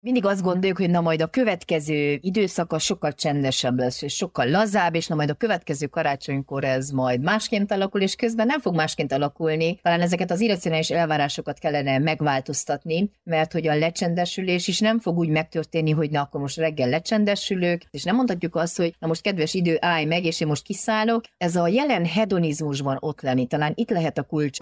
Mindig azt gondoljuk, hogy na majd a következő időszaka sokkal csendesebb lesz, és sokkal lazább, és na majd a következő karácsonykor ez majd másként alakul, és közben nem fog másként alakulni. Talán ezeket az irracionális elvárásokat kellene megváltoztatni, mert hogy a lecsendesülés is nem fog úgy megtörténni, hogy na akkor most reggel lecsendesülök, és nem mondhatjuk azt, hogy na most kedves idő, állj meg, és én most kiszállok. Ez a jelen hedonizmusban ott lenni, talán itt lehet a kulcs.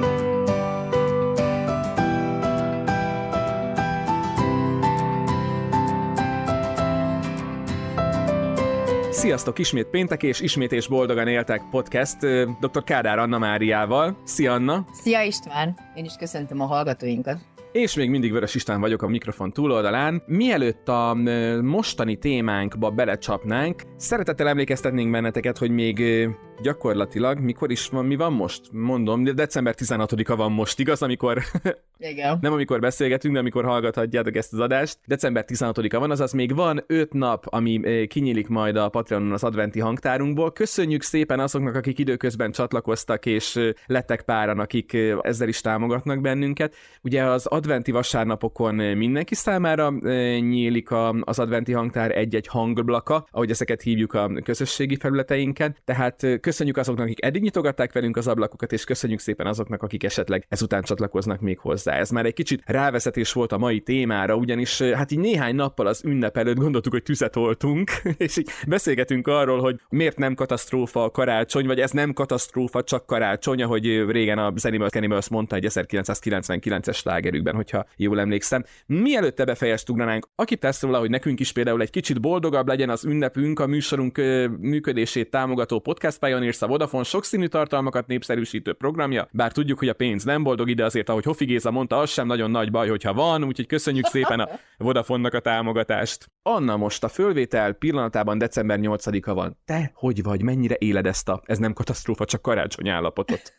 Sziasztok! Ismét péntek és boldogan éltek podcast dr. Kádár Anna Máriával. Szia, Anna! Szia, István! Én is köszöntöm a hallgatóinkat. És még mindig Vörös István vagyok a mikrofon túloldalán. Mielőtt a mostani témánkba belecsapnánk, szeretettel emlékeztetnénk benneteket, hogy még gyakorlatilag, mikor is van, mi van most? Mondom, december 16-a van most, igaz? Amikor... Igen. Nem amikor beszélgetünk, de amikor hallgathatjátok ezt az adást. December 16-a van, azaz még van 5 nap, ami kinyílik majd a Patreonon az adventi hangtárunkból. Köszönjük szépen azoknak, akik időközben csatlakoztak, és lettek páran, akik ezzel is támogatnak bennünket. Ugye az adventi vasárnapokon mindenki számára nyílik az adventi hangtár egy-egy hangblaka, ahogy ezeket hívjuk a közösségi felületeinken. Tehát köszönjük azoknak, akik eddig nyitogatták velünk az ablakokat, és köszönjük szépen azoknak, akik esetleg ezután csatlakoznak még hozzá. Ez már egy kicsit rávezetés volt a mai témára, ugyanis hát így néhány nappal az ünnep előtt gondoltuk, hogy tüzet oltunk, és így beszélgetünk arról, hogy miért nem katasztrófa a karácsony, vagy ez nem katasztrófa, csak karácsony, ahogy régen a Animals mondta egy 1999-es slágerükben, hogyha jól emlékszem. Mielőtt ebbe fejest ugranánk, aki tesz róla, hogy nekünk is például egy kicsit boldogabb legyen az ünnepünk, a műsorunk működését támogató Podcast Pioneers, a Vodafone sokszínű tartalmakat népszerűsítő programja, bár tudjuk, hogy a pénz nem boldog, ide azért, ahogy Hofi Géza mondta, az sem nagyon nagy baj, hogyha van, úgyhogy köszönjük szépen a Vodafonnak a támogatást. Anna, most a fölvétel pillanatában december 8-a van. Te hogy vagy? Mennyire éled ezt ez nem katasztrófa, csak karácsony állapotot?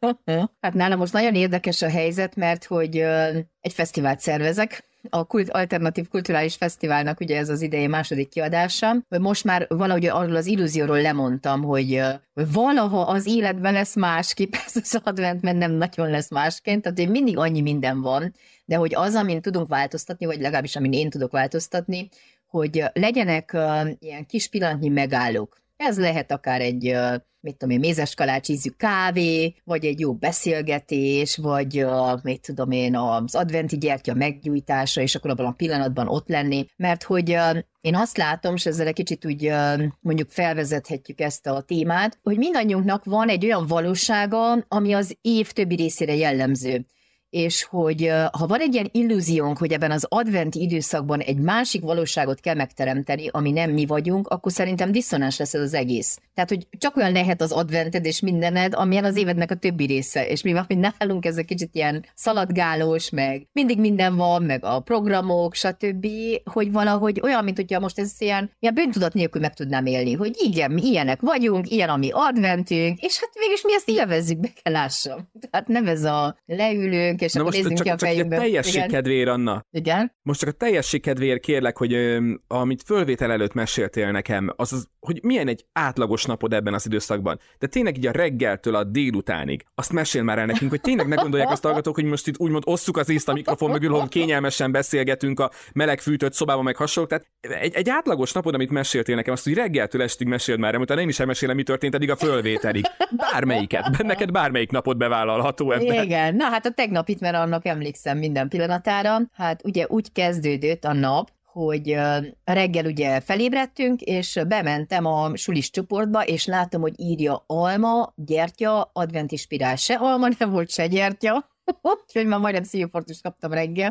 Hát nálam most nagyon érdekes a helyzet, mert hogy egy fesztivált szervezek, Alternatív Kulturális Fesztiválnak ugye ez az idei második kiadása. Most már valahogy arról az illúzióról lemondtam, hogy valaha az életben lesz másképp ez az advent, mert nem nagyon lesz másként, tehát mindig annyi minden van, de hogy az, amin tudunk változtatni, vagy legalábbis amin én tudok változtatni, hogy legyenek ilyen kis pillanatnyi megállók. Ez lehet akár egy, mit tudom én, mézes kalács ízű kávé, vagy egy jó beszélgetés, vagy mit tudom én, az adventi gyertya meggyújtása, és akkor abban a pillanatban ott lenni. Mert hogy én azt látom, és ezzel egy kicsit úgy mondjuk felvezethetjük ezt a témát, hogy mindannyiunknak van egy olyan valósága, ami az év többi részére jellemző. És hogy ha van egy ilyen illúziónk, hogy ebben az adventi időszakban egy másik valóságot kell megteremteni, ami nem mi vagyunk, akkor szerintem diszonáns lesz ez az egész. Tehát, hogy csak olyan lehet az advented és mindened, amilyen az évednek a többi része. És mi van, hogy nálunk ez egy kicsit ilyen szaladgálós, meg mindig minden van, meg a programok, stb., hogy valahogy olyan, mint hogyha most ez ilyen bűntudat nélkül meg tudnám élni, hogy igen, mi ilyenek vagyunk, ilyen a mi adventünk, és hát végülis mi ezt élvezzük, be kell lássam. Tehát nem ez a leülőnk, és na most csak a teljesség kedvéért, Anna. Igen? Most csak a teljesség kedvéért kérlek, hogy amit fölvétel előtt meséltél nekem, az, hogy milyen egy átlagos napod ebben az időszakban. De tényleg így a reggeltől a délutánig. Azt mesél már el nekünk, hogy tényleg ne gondolják azt hallgatók, hogy most itt úgymond osszuk az észt a mikrofon mögül, hogy kényelmesen beszélgetünk a meleg fűtött szobában, meg hasonlók. Tehát egy átlagos napod, amit meséltél nekem, azt, hogy reggeltől estig meséld már, utána én is elmesélem, mi történt eddig a fölvételig. Bármelyiket. Neked bármelyik napod bevállalható ebben. Igen. Na hát a tegnapit, mert annak emlékszem minden pillanatára. Hát ugye úgy kezdődött a nap, hogy reggel ugye felébredtünk, és bementem a sulis csoportba, és látom, hogy írja alma, gyertya, adventi spirál. Se alma nem volt, se gyertya. Úgyhogy már majdnem szívófortust kaptam reggel.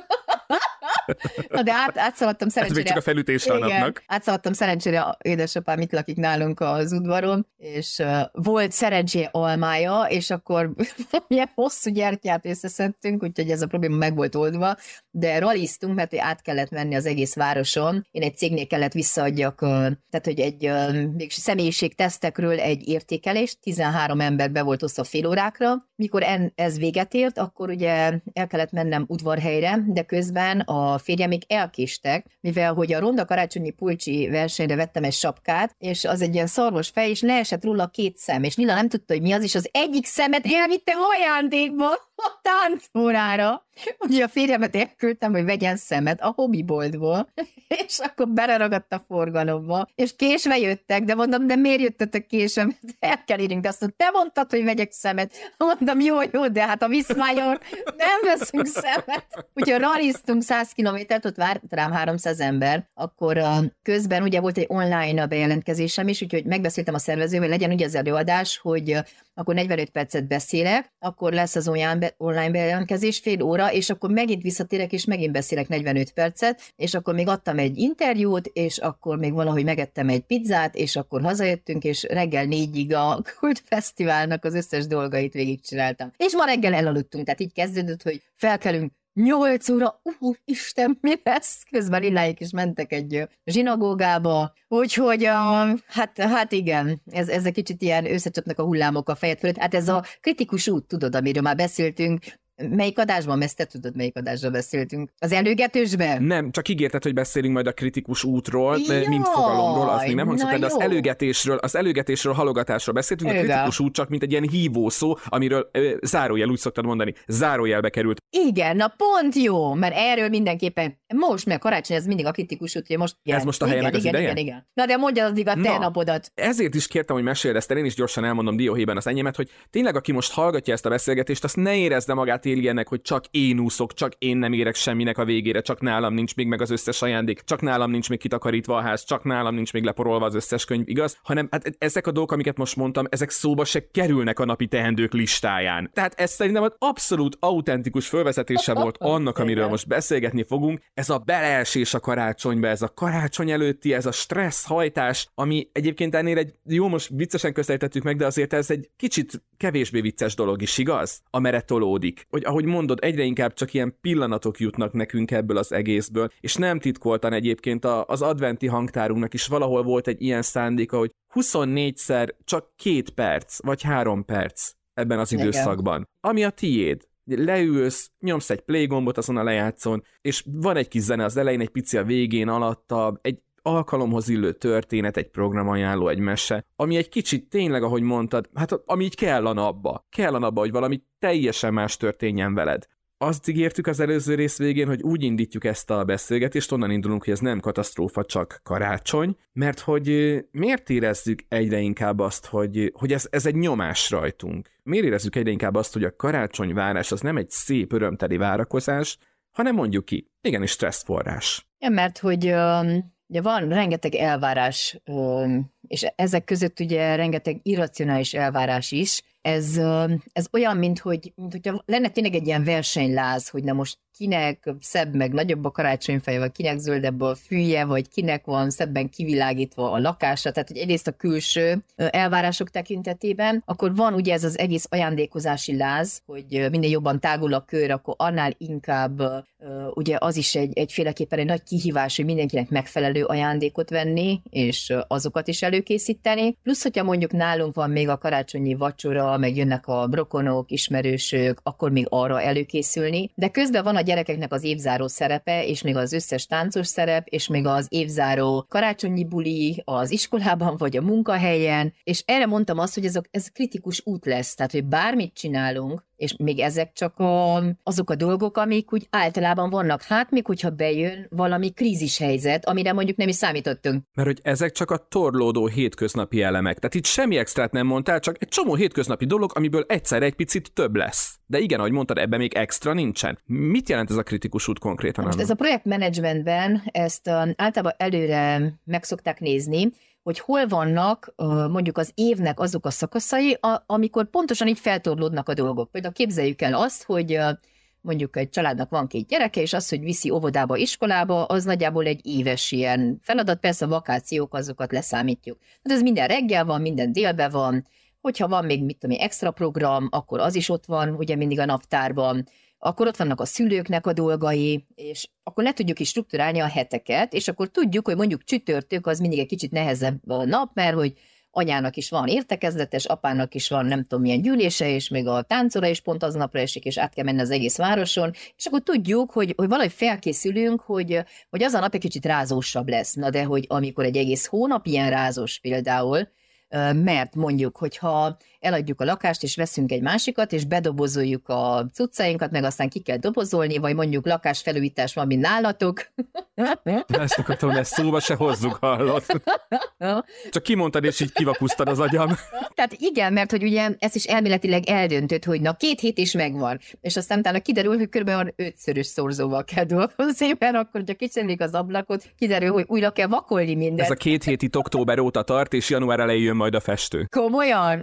Na de átszaladtam szerencsére. Ez még csak a felütésre a napnak. Átszaladtam szerencsére, édesapám itt lakik nálunk az udvaron, és volt szerencsé almája, és akkor milyen hosszú gyertyát összeszedtünk, úgyhogy ez a probléma meg volt oldva, de raliztunk, mert át kellett menni az egész városon. Én egy cégnél kellett visszaadjak, tehát hogy egy személyiségtesztekről egy értékelést, 13 ember be volt osztva fél órákra. Mikor ez véget ért, akkor ugye el kellett mennem udvarhelyre, de közben a férjem még elkéstek, mivel hogy a ronda karácsonyi pulcsi versenyre vettem egy sapkát, és az egy ilyen szarvas fej, és leesett róla 2 szem, és Lila nem tudta, hogy mi az, és az egyik szemet elvitte ajándékba a táncórára. Ugye a férjemet elküldtem, hogy vegyen szemet a hobbiboltból, és akkor beleragadt a forgalomba, és késve jöttek, de mondom, de miért jöttetek késve? El kell érünk, de azt mondta, te mondtad, hogy vegyek szemet. Mondom, jó, de hát a Viszmányon nem veszünk szemet. Úgyhogy raliztunk 100 kilométert, ott várt rám 300 ember, akkor közben ugye volt egy online bejelentkezésem is, úgyhogy megbeszéltem a szervezővel, hogy legyen ugye az előadás, hogy akkor 45 percet beszélek, akkor lesz az online bejelentkezés fél óra, és akkor megint visszatérek, és megint beszélek 45 percet, és akkor még adtam egy interjút, és akkor még valahogy megettem egy pizzát, és akkor hazajöttünk, és reggel 4-ig a Kult Fesztiválnak az összes dolgait végigcsináltam. És ma reggel elaludtunk, tehát így kezdődött, hogy felkelünk 8 óra, Isten, mi lesz? Közben Lilláik is mentek egy zsinagógába, úgyhogy hát igen, ez egy kicsit ilyen összecsapnak a hullámok a fejed fölött. Hát ez a kritikus út, tudod, amiről már beszéltünk. Melyik adásban? Ezt te tudod, melyik adásban beszéltünk? Az előgetősben? Nem, csak ígérted, hogy beszélünk majd a kritikus útról, mint fogalomról, azt még nem hangzott el, de az előgetésről, halogatásról beszéltünk, a kritikus út csak mint egy ilyen hívó szó, amiről zárójel, úgy szoktad mondani, zárójelbe került. Igen, na pont jó, mert erről mindenképpen, most meg karácsony, ez mindig a kritikus út, ugye most... Ez most a helye meg az ideje? Igen. Na de mondjad addig a te napodat. Ezért is kértem, hogy meséld ezt el, én is gyorsan elmondom dióhéjban az enyémet, hogy tényleg aki most hallgatja ezt a beszélgetést, azt ne érezze magát éljenek, hogy csak én úszok, csak én nem érek semminek a végére, csak nálam nincs még meg az összes ajándék, csak nálam nincs még kitakarítva a ház, csak nálam nincs még leporolva az összes könyv, igaz? Hanem hát ezek a dolgok, amiket most mondtam, ezek szóba se kerülnek a napi teendők listáján. Tehát ez szerintem az abszolút autentikus fölvezetése volt annak, amiről most beszélgetni fogunk. Ez a beleesés a karácsonyba, ez a karácsony előtti, ez a stressz hajtás, ami egyébként ennél egy jó, most viccesen közelítettük meg, de azért ez egy kicsit kevésbé vicces dolog is, igaz? Amere tolódik. Hogy ahogy mondod, egyre inkább csak ilyen pillanatok jutnak nekünk ebből az egészből, és nem titkoltan egyébként az adventi hangtárunknak is valahol volt egy ilyen szándéka, hogy 24-szer csak 2 perc, vagy 3 perc ebben az időszakban, ami a tiéd. Leülsz, nyomsz egy play gombot azon a lejátszón, és van egy kis zene az elején, egy pici a végén, alatta, egy alkalomhoz illő történet, egy programajánló, egy mese, ami egy kicsit tényleg, ahogy mondtad, hát ami így kell a napba, hogy valami teljesen más történjen veled. Azt ígértük az előző rész végén, hogy úgy indítjuk ezt a beszélgetést, onnan indulunk, hogy ez nem katasztrófa, csak karácsony, mert hogy miért érezzük egyre inkább azt, hogy ez egy nyomás rajtunk? Miért érezzük egyre inkább azt, hogy a karácsonyvárás az nem egy szép, örömteli várakozás, hanem mondjuk ki, igenis stresszforrás? Ja, mert hogy ugye van rengeteg elvárás, és ezek között ugye rengeteg irracionális elvárás is. Ez olyan, mint hogyha lenne tényleg egy ilyen versenyláz, hogy na most kinek szebb, meg nagyobb a karácsonyfeje, vagy kinek zöldebb a fűje, vagy kinek van szebben kivilágítva a lakása, tehát hogy egyrészt a külső elvárások tekintetében, akkor van ugye ez az egész ajándékozási láz, hogy minél jobban tágul a kör, akkor annál inkább ugye az is egyféleképpen egy nagy kihívás, hogy mindenkinek megfelelő ajándékot venni, és azokat is előkészíteni. Plusz, hogyha mondjuk nálunk van még a karácsonyi vacsora, meg jönnek a rokonok, ismerősök, akkor még arra előkészülni. De közben van a gyerekeknek az évzáró szerepe, és még az összes táncos szerep, és még az évzáró karácsonyi buli az iskolában, vagy a munkahelyen, és erre mondtam azt, hogy ez kritikus út lesz, tehát hogy bármit csinálunk, és még ezek csak azok a dolgok, amik úgy általában vannak. Hát még hogyha bejön valami krízishelyzet, amire mondjuk nem is számítottunk. Mert hogy ezek csak a torlódó hétköznapi elemek. Tehát itt semmi extrát nem mondtál, csak egy csomó hétköznapi dolog, amiből egyszer egy picit több lesz. De igen, ahogy mondtad, ebben még extra nincsen. Mit jelent ez a kritikus út konkrétan? Most ez a projektmenedzsmentben ezt általában előre meg szokták nézni, hogy hol vannak mondjuk az évnek azok a szakaszai, amikor pontosan így feltorlódnak a dolgok. Például képzeljük el azt, hogy mondjuk egy családnak van 2 gyereke, és az, hogy viszi óvodába, iskolába, az nagyjából egy éves ilyen feladat, persze a vakációk, azokat leszámítjuk. Hát ez minden reggel van, minden délben van, hogyha van még extra program, akkor az is ott van, ugye mindig a naptárban, akkor ott vannak a szülőknek a dolgai, és akkor le tudjuk is strukturálni a heteket, és akkor tudjuk, hogy mondjuk csütörtök az mindig egy kicsit nehezebb a nap, mert hogy anyának is van értekezletes, apának is van nem tudom milyen gyűlése, és még a táncora is pont aznapra esik, és át kell menni az egész városon, és akkor tudjuk, hogy valahogy felkészülünk, hogy az a nap egy kicsit rázósabb lesz. Na de hogy amikor egy egész hónap ilyen rázós például, mert mondjuk, hogyha eladjuk a lakást, és veszünk egy másikat, és bedobozoljuk a cuccainkat, meg aztán ki kell dobozolni, vagy mondjuk lakásfelújítás van, mint nálatok. Ezt akartam, ezt szóba se hozzuk, hallott. Csak kimondtad, és így kivakusztad az agyam. Tehát igen, mert hogy ugye ezt is elméletileg eldöntött, hogy 2 hét is megvan, és aztán utána kiderül, hogy kb. 5-szörös szorzóval kell dolgozni, mert akkor, hogyha kicserlik az ablakot, kiderül, hogy újra kell vakolni mindent. Ez a 2 hét itt október óta tart, és január elején jön majd a festő. Komolyan?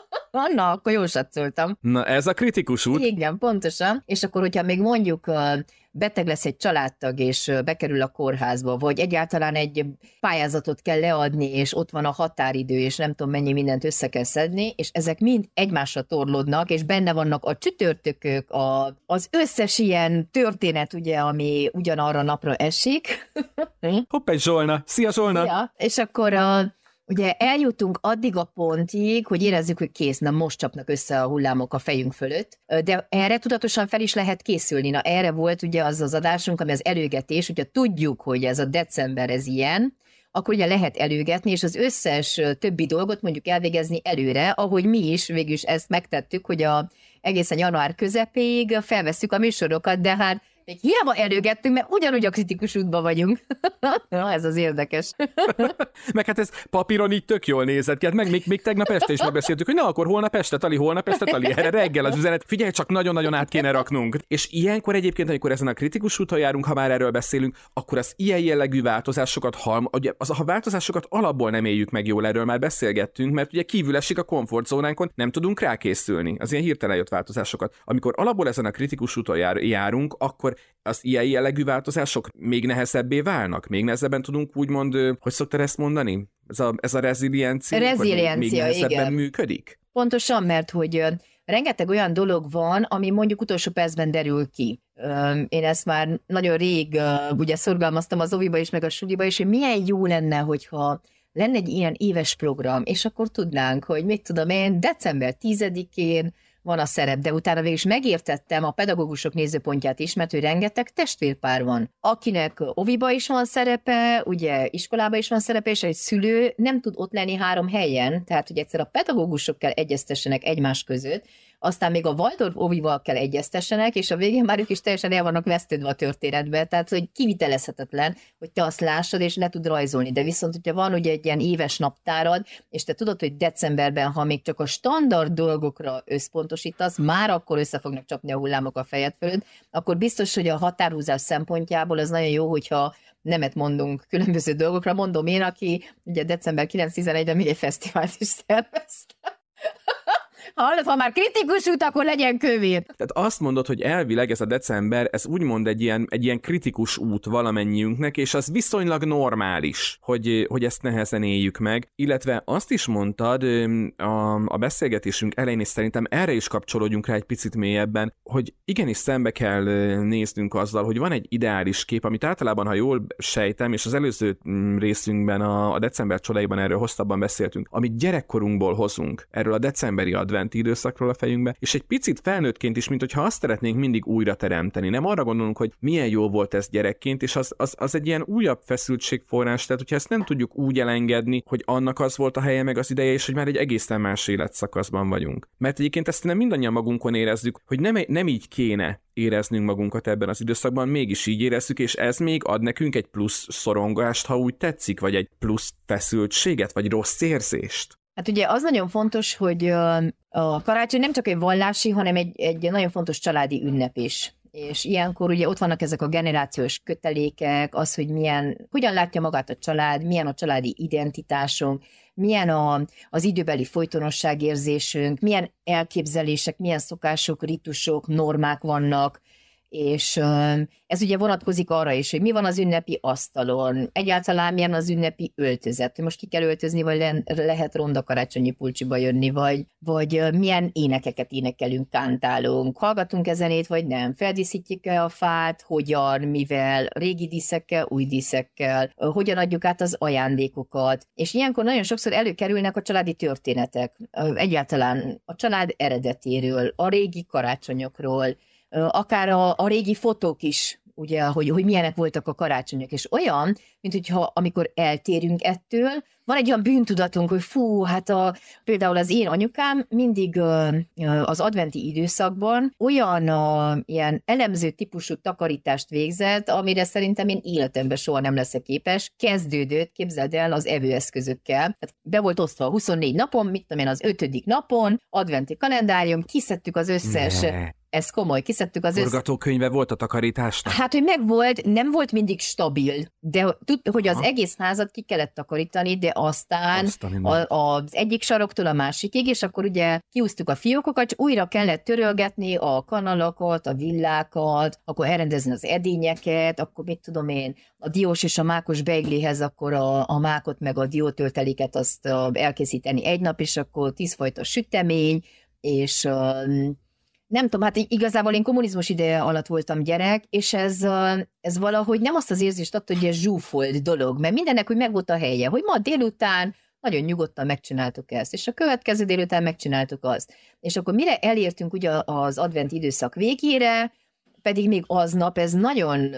Na, akkor jól satszoltam. Na, ez a kritikus út. Igen, pontosan. És akkor, hogyha még mondjuk beteg lesz egy családtag, és bekerül a kórházba, vagy egyáltalán egy pályázatot kell leadni, és ott van a határidő, és nem tudom mennyi mindent össze kell szedni, és ezek mind egymásra torlódnak, és benne vannak a csütörtökök, az összes ilyen történet, ugye, ami ugyanarra napra esik. Hopp, egy Zsolna. Szia, Zsolna! Ja, és akkor ugye eljutunk addig a pontig, hogy érezzük, hogy kész, na most csapnak össze a hullámok a fejünk fölött, de erre tudatosan fel is lehet készülni. Na erre volt ugye az az adásunk, ami az előgetés, ugye tudjuk, hogy ez a december ez ilyen, akkor ugye lehet előgetni, és az összes többi dolgot mondjuk elvégezni előre, ahogy mi is végül is ezt megtettük, hogy egészen január közepéig felvesszük a műsorokat, de hát még hiába előgettünk, mert ugyanúgy a kritikus útban vagyunk. Na, ez az érdekes. Meg hát ez papíron így tök jól nézett ki. Hát meg még tegnap este is megbeszéltük, hogy na akkor holnap este, Tali, erre reggel az üzenet. Figyelj, csak nagyon-nagyon át kéne raknunk. És ilyenkor egyébként, amikor ezen a kritikus úton járunk, ha már erről beszélünk, akkor az ilyen jellegű változásokat, ha változásokat alapból nem éljük meg jól, erről már beszélgettünk, mert ugye kívül esik a komfortzónánkon, nem tudunk rákészülni az ilyen hirtelen jött változásokat. Amikor alapból ezen a kritikus úton járunk, akkor az ilyen jellegű változások még nehezebbé válnak? Még nehezebben tudunk úgymond, hogy szoktad ezt mondani? Ez a reziliencia még nehezebben igen. Működik? Pontosan, mert hogy rengeteg olyan dolog van, ami mondjuk utolsó percben derül ki. Én ezt már nagyon rég ugye szorgalmaztam az oviba is, meg a suliba is, hogy milyen jó lenne, hogyha lenne egy ilyen éves program, és akkor tudnánk, hogy mit tudom én, december 10-én van a szerep, de utána végül is megértettem a pedagógusok nézőpontját is, mert hogy rengeteg testvérpár van, akinek oviba is van szerepe, ugye iskolába is van szerepe, és egy szülő nem tud ott lenni 3 helyen, tehát hogy egyszer a pedagógusok kell egyeztessenek egymás között, aztán még a Waldorf ovival kell egyeztessenek, és a végén már ők is teljesen el vannak vesztődve a történetbe, tehát hogy kivitelezhetetlen, hogy te azt lássad, és le tud rajzolni. De viszont, hogyha van ugye egy ilyen éves naptárad, és te tudod, hogy decemberben, ha még csak a standard dolgokra összpontosítasz, már akkor össze fognak csapni a hullámok a fejed fölött, akkor biztos, hogy a határhúzás szempontjából az nagyon jó, hogyha nemet mondunk különböző dolgokra. Mondom én, aki ugye december 9-11-re még egy fesztivált is szervezte. Hallod, ha már kritikus út, akkor legyen kövér. Tehát azt mondod, hogy elvileg ez a december, ez úgymond egy ilyen kritikus út valamennyiünknek, és az viszonylag normális, hogy ezt nehezen éljük meg. Illetve azt is mondtad a beszélgetésünk elején, és szerintem erre is kapcsolódjunk rá egy picit mélyebben, hogy igenis szembe kell néznünk azzal, hogy van egy ideális kép, amit általában, ha jól sejtem, és az előző részünkben, a december csodáiban erről hosszabban beszéltünk, amit gyerekkorunkból hozunk, erről a decemberi adventi időszakról a fejünkbe, és egy picit felnőttként is, mint hogyha azt szeretnénk mindig újra teremteni. Nem arra gondolunk, hogy milyen jó volt ez gyerekként, és az egy ilyen újabb feszültségforrás, tehát hogyha ezt nem tudjuk úgy elengedni, hogy annak az volt a helye meg az ideje, és hogy már egy egészen más életszakaszban vagyunk. Mert egyébként ezt nem mindannyian magunkon érezzük, hogy nem így kéne éreznünk magunkat ebben az időszakban, mégis így érezzük, és ez még ad nekünk egy plusz szorongást, ha úgy tetszik, vagy egy plusz feszültséget, vagy rossz érzést. Hát ugye az nagyon fontos, hogy a karácsony nem csak egy vallási, hanem egy nagyon fontos családi ünnep is. És ilyenkor ugye ott vannak ezek a generációs kötelékek, az, hogy hogyan látja magát a család, milyen a családi identitásunk, milyen az időbeli folytonosságérzésünk, milyen elképzelések, milyen szokások, ritusok, normák vannak, és ez ugye vonatkozik arra is, hogy mi van az ünnepi asztalon, egyáltalán milyen az ünnepi öltözet, hogy most ki kell öltözni, vagy lehet ronda karácsonyi pulcsiba jönni, vagy milyen énekeket énekelünk, kántálunk, hallgatunk zenét, vagy nem, feldíszítjük-e a fát, hogyan, mivel, régi díszekkel, új díszekkel, hogyan adjuk át az ajándékokat, és ilyenkor nagyon sokszor előkerülnek a családi történetek, egyáltalán a család eredetéről, a régi karácsonyokról, akár a régi fotók is ugye, hogy milyenek voltak a karácsonyok, és olyan, mint hogyha amikor eltérünk ettől, van egy olyan bűntudatunk, hogy fú, hát például az én anyukám mindig az adventi időszakban olyan ilyen elemző típusú takarítást végzett, amire szerintem én életemben soha nem leszek képes. Kezdődött, képzeld el, az evőeszközökkel. Hát be volt osztva a 24 napon, mit tudom én, az 5. napon, adventi kalendárium, kiszedtük az összes... Ez komoly, kiszedtük az forgatókönyve volt a takarításnak? Hát, hogy megvolt, nem volt mindig stabil, de hogy az egész házat ki kellett takarítani, de aztán az egyik saroktól a másikig, és akkor ugye kiúztuk a fiókokat, és újra kellett törölgetni a kanalakat, a villákat, akkor elrendezni az edényeket, akkor mit tudom én, a diós és a mákos beiglihez akkor a mákot meg a diótölteléket azt elkészíteni egy nap, és akkor 10 fajta sütemény, és... nem tudom, hát igazából én kommunizmus ideje alatt voltam gyerek, és ez valahogy nem azt az érzést adta, hogy ez zsúfolt dolog, mert mindennek úgy megvolt a helye, hogy ma délután nagyon nyugodtan megcsináltuk ezt, és a következő délután megcsináltuk azt. És akkor mire elértünk ugye az advent időszak végére, pedig még aznap ez nagyon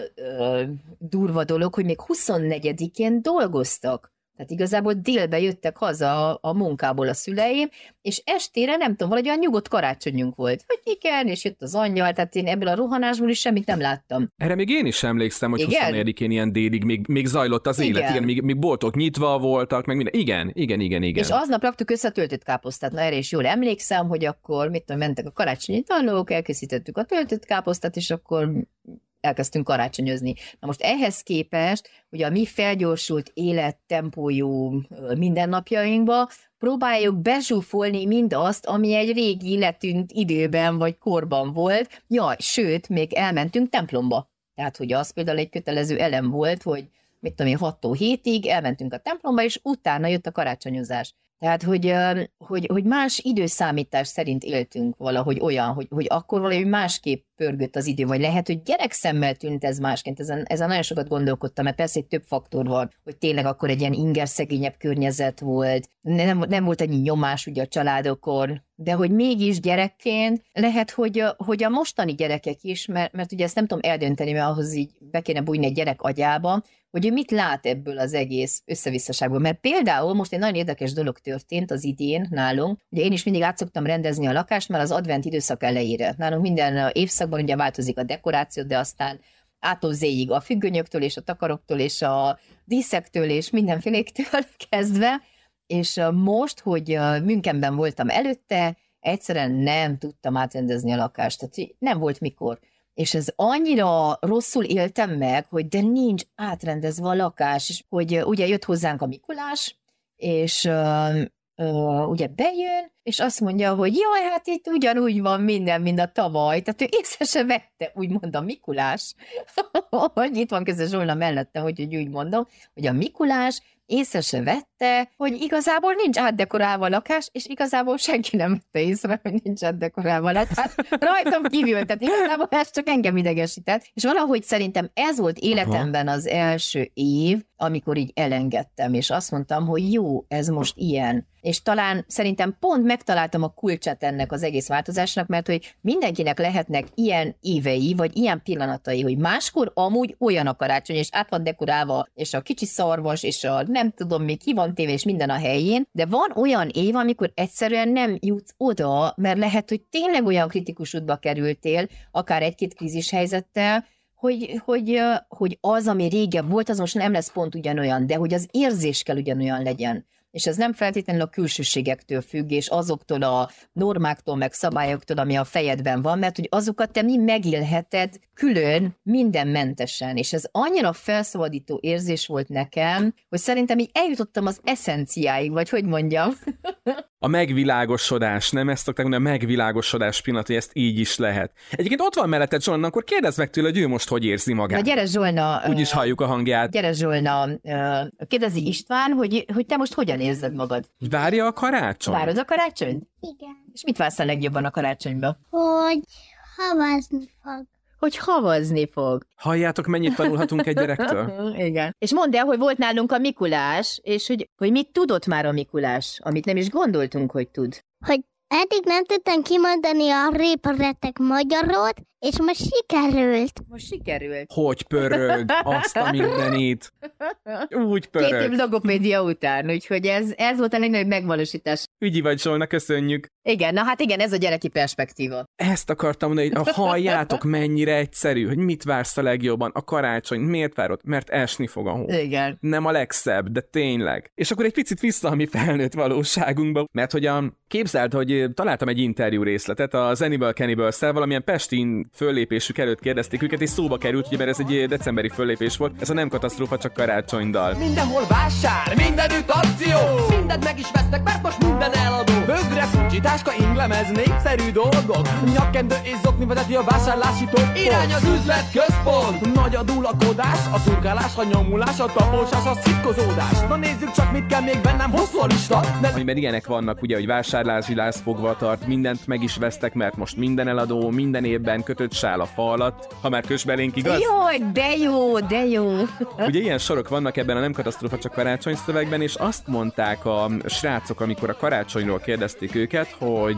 durva dolog, hogy még 24-én dolgoztak. Tehát igazából délbe jöttek haza a munkából a szüleim, és estére nem tudom, valahogy olyan nyugodt karácsonyunk volt. Hogy igen, és jött az angyal, tehát én ebből a rohanásból is semmit nem láttam. Erre még én is emlékszem, hogy 24-én ilyen délig még zajlott az élet, igen, még boltok nyitva voltak, meg minden. Igen. És aznap raktuk össze a töltött káposztát, na erre is jól emlékszem, hogy akkor mentek a karácsonyi tanulók, elkészítettük a töltött káposztát, és akkor elkezdtünk karácsonyozni. Na most ehhez képest, ugye a mi felgyorsult élettempójú mindennapjainkba próbáljuk bezsúfolni mindazt, ami egy régi letűnt időben vagy korban volt. Jaj, sőt, még elmentünk templomba. Tehát, hogy az például egy kötelező elem volt, hogy mit tudom én, 6-tól 7-ig elmentünk a templomba, és utána jött a karácsonyozás. Tehát, hogy más időszámítás szerint éltünk valahogy olyan, hogy akkor valahogy másképp pörgött az idő, vagy lehet, hogy gyerekszemmel tűnt ez másként. Ezen nagyon sokat gondolkodtam, mert persze egy több faktor van, hogy tényleg akkor egy ilyen ingerszegényebb környezet volt, nem volt ennyi nyomás ugye a családokon, de hogy mégis gyerekként lehet, hogy a mostani gyerekek is, mert ugye ezt nem tudom eldönteni, mert ahhoz így be kéne bújni egy gyerek agyába, hogy ő mit lát ebből az egész összevisszaságból. Mert például most egy nagyon érdekes dolog történt az idén nálunk. Ugye én is mindig át szoktam rendezni a lakást, mert az advent időszak elejére. Nálunk minden évszakban ugye változik a dekoráció, de aztán ától zéig a függönyöktől és a takaroktól és a díszektől és mindenféléktől kezdve. És most, hogy Münchenben voltam előtte, egyszerűen nem tudtam átrendezni a lakást. Tehát nem volt mikor. És ez annyira rosszul éltem meg, hogy de nincs átrendezve a lakás, és hogy ugye jött hozzánk a Mikulás, és ugye bejön, és azt mondja, hogy jaj, hát itt ugyanúgy van minden, mint a tavaly. Tehát ő észre se vette, úgymond a Mikulás, hogy itt van közben Zsolna mellette, hogy úgy mondom, hogy a Mikulás észre se vette, hogy igazából nincs átdekorálva a lakás, és igazából senki nem vette észre, hogy nincs átdekorálva a lakás. Hát rajtam kívül, tehát igazából ez csak engem idegesített. És valahogy szerintem ez volt életemben az első év, amikor így elengedtem, és azt mondtam, hogy jó, ez most ilyen. És talán szerintem pont megtaláltam a kulcsát ennek az egész változásnak, mert hogy mindenkinek lehetnek ilyen évei, vagy ilyen pillanatai, hogy máskor amúgy olyan a karácsony, és át van dekorálva, és a kicsi szarvas, és a nem tudom még ki van téve, és minden a helyén, de van olyan év, amikor egyszerűen nem jutsz oda, mert lehet, hogy tényleg olyan kritikus útba kerültél, akár egy-két krízis helyzettel, hogy az, ami régen volt, az most nem lesz pont ugyanolyan, de hogy az érzés kell ugyanolyan legyen. És ez nem feltétlenül a külsőségektől függ, és azoktól a normáktól, meg szabályoktól, ami a fejedben van, mert hogy azokat te mi megélheted külön, mindenmentesen. És ez annyira felszabadító érzés volt nekem, hogy szerintem így eljutottam az eszenciáig, vagy hogy mondjam. A megvilágosodás, nem ezt szokták mondani, a megvilágosodás pillanat, hogy ezt így is lehet. Egyébként ott van melletted Zsolna, akkor kérdezd meg tőle, hogy ő most hogy érzi magát. Na gyere Zsolna. Úgyis halljuk a hangját. Gyere Zsolna, kérdezi István, hogy te most hogyan érzed magad? Várja a karácsony? Várod a karácsonyt? Igen. És mit vársz a legjobban a karácsonyba? Hogy havazni fog. Hogy havazni fog. Halljátok, mennyit tanulhatunk egy gyerektől? Igen. És mondd el, hogy volt nálunk a Mikulás, és hogy mit tudott már a Mikulás, amit nem is gondoltunk, hogy tud. Hogy eddig nem tudtam kimondani a réparetek magyarot, És most sikerült. Most sikerült. Hogy pörög, azt a mindenit. Úgy 2 év pörög. logopédia után, úgyhogy ez volt a legnagyobb megvalósítás. Ügyi vagy, Zsolna, köszönjük. Igen, na hát igen, ez a gyereki perspektíva. Ezt akartam mondani, hogy halljátok, mennyire egyszerű, hogy mit vársz a legjobban, a karácsony, miért várod? Mert esni fog a hó. Igen. Nem a legszebb, de tényleg. És akkor egy picit vissza a mi felnőtt valóságunkba, mert hogy képzeld, hogy találtam egy interjú részletet az Animal Cannibals-szel, valamilyen pesti föllépésük előtt kérdezték őket, és szóba került, ugye, mert ez egy decemberi föllépés volt, ez a Nem katasztrófa, csak karácsonydal. Mindenhol vásár, mindenütt akció, mindent meg is vesznek, mert most minden eladó. Bögre, pucsi, táska, inglemez, népszerű dolgok, nyakkendő és zokni vezeti a vásárlási toppot. Irány az üzletközpont, nagy a dulakodás, a turkálás, a nyomulás, a taposás, a szitkozódás. Na nézzük csak, mit kell még bennem, hosszú a lista. Amiben ilyenek vannak, ugye, hogy vásárlási láz fogva tart, mindent meg is vesztek, mert most minden eladó, minden évben kötött sál a fa alatt, ha már kösbelénk, igaz? Jaj, de jó, de jó. Ugye ilyen sorok vannak ebben a Nem katasztrófa, csak karácsony szövegben, és azt mondták a srácok, amikor a karácsonyról kérdezték őket,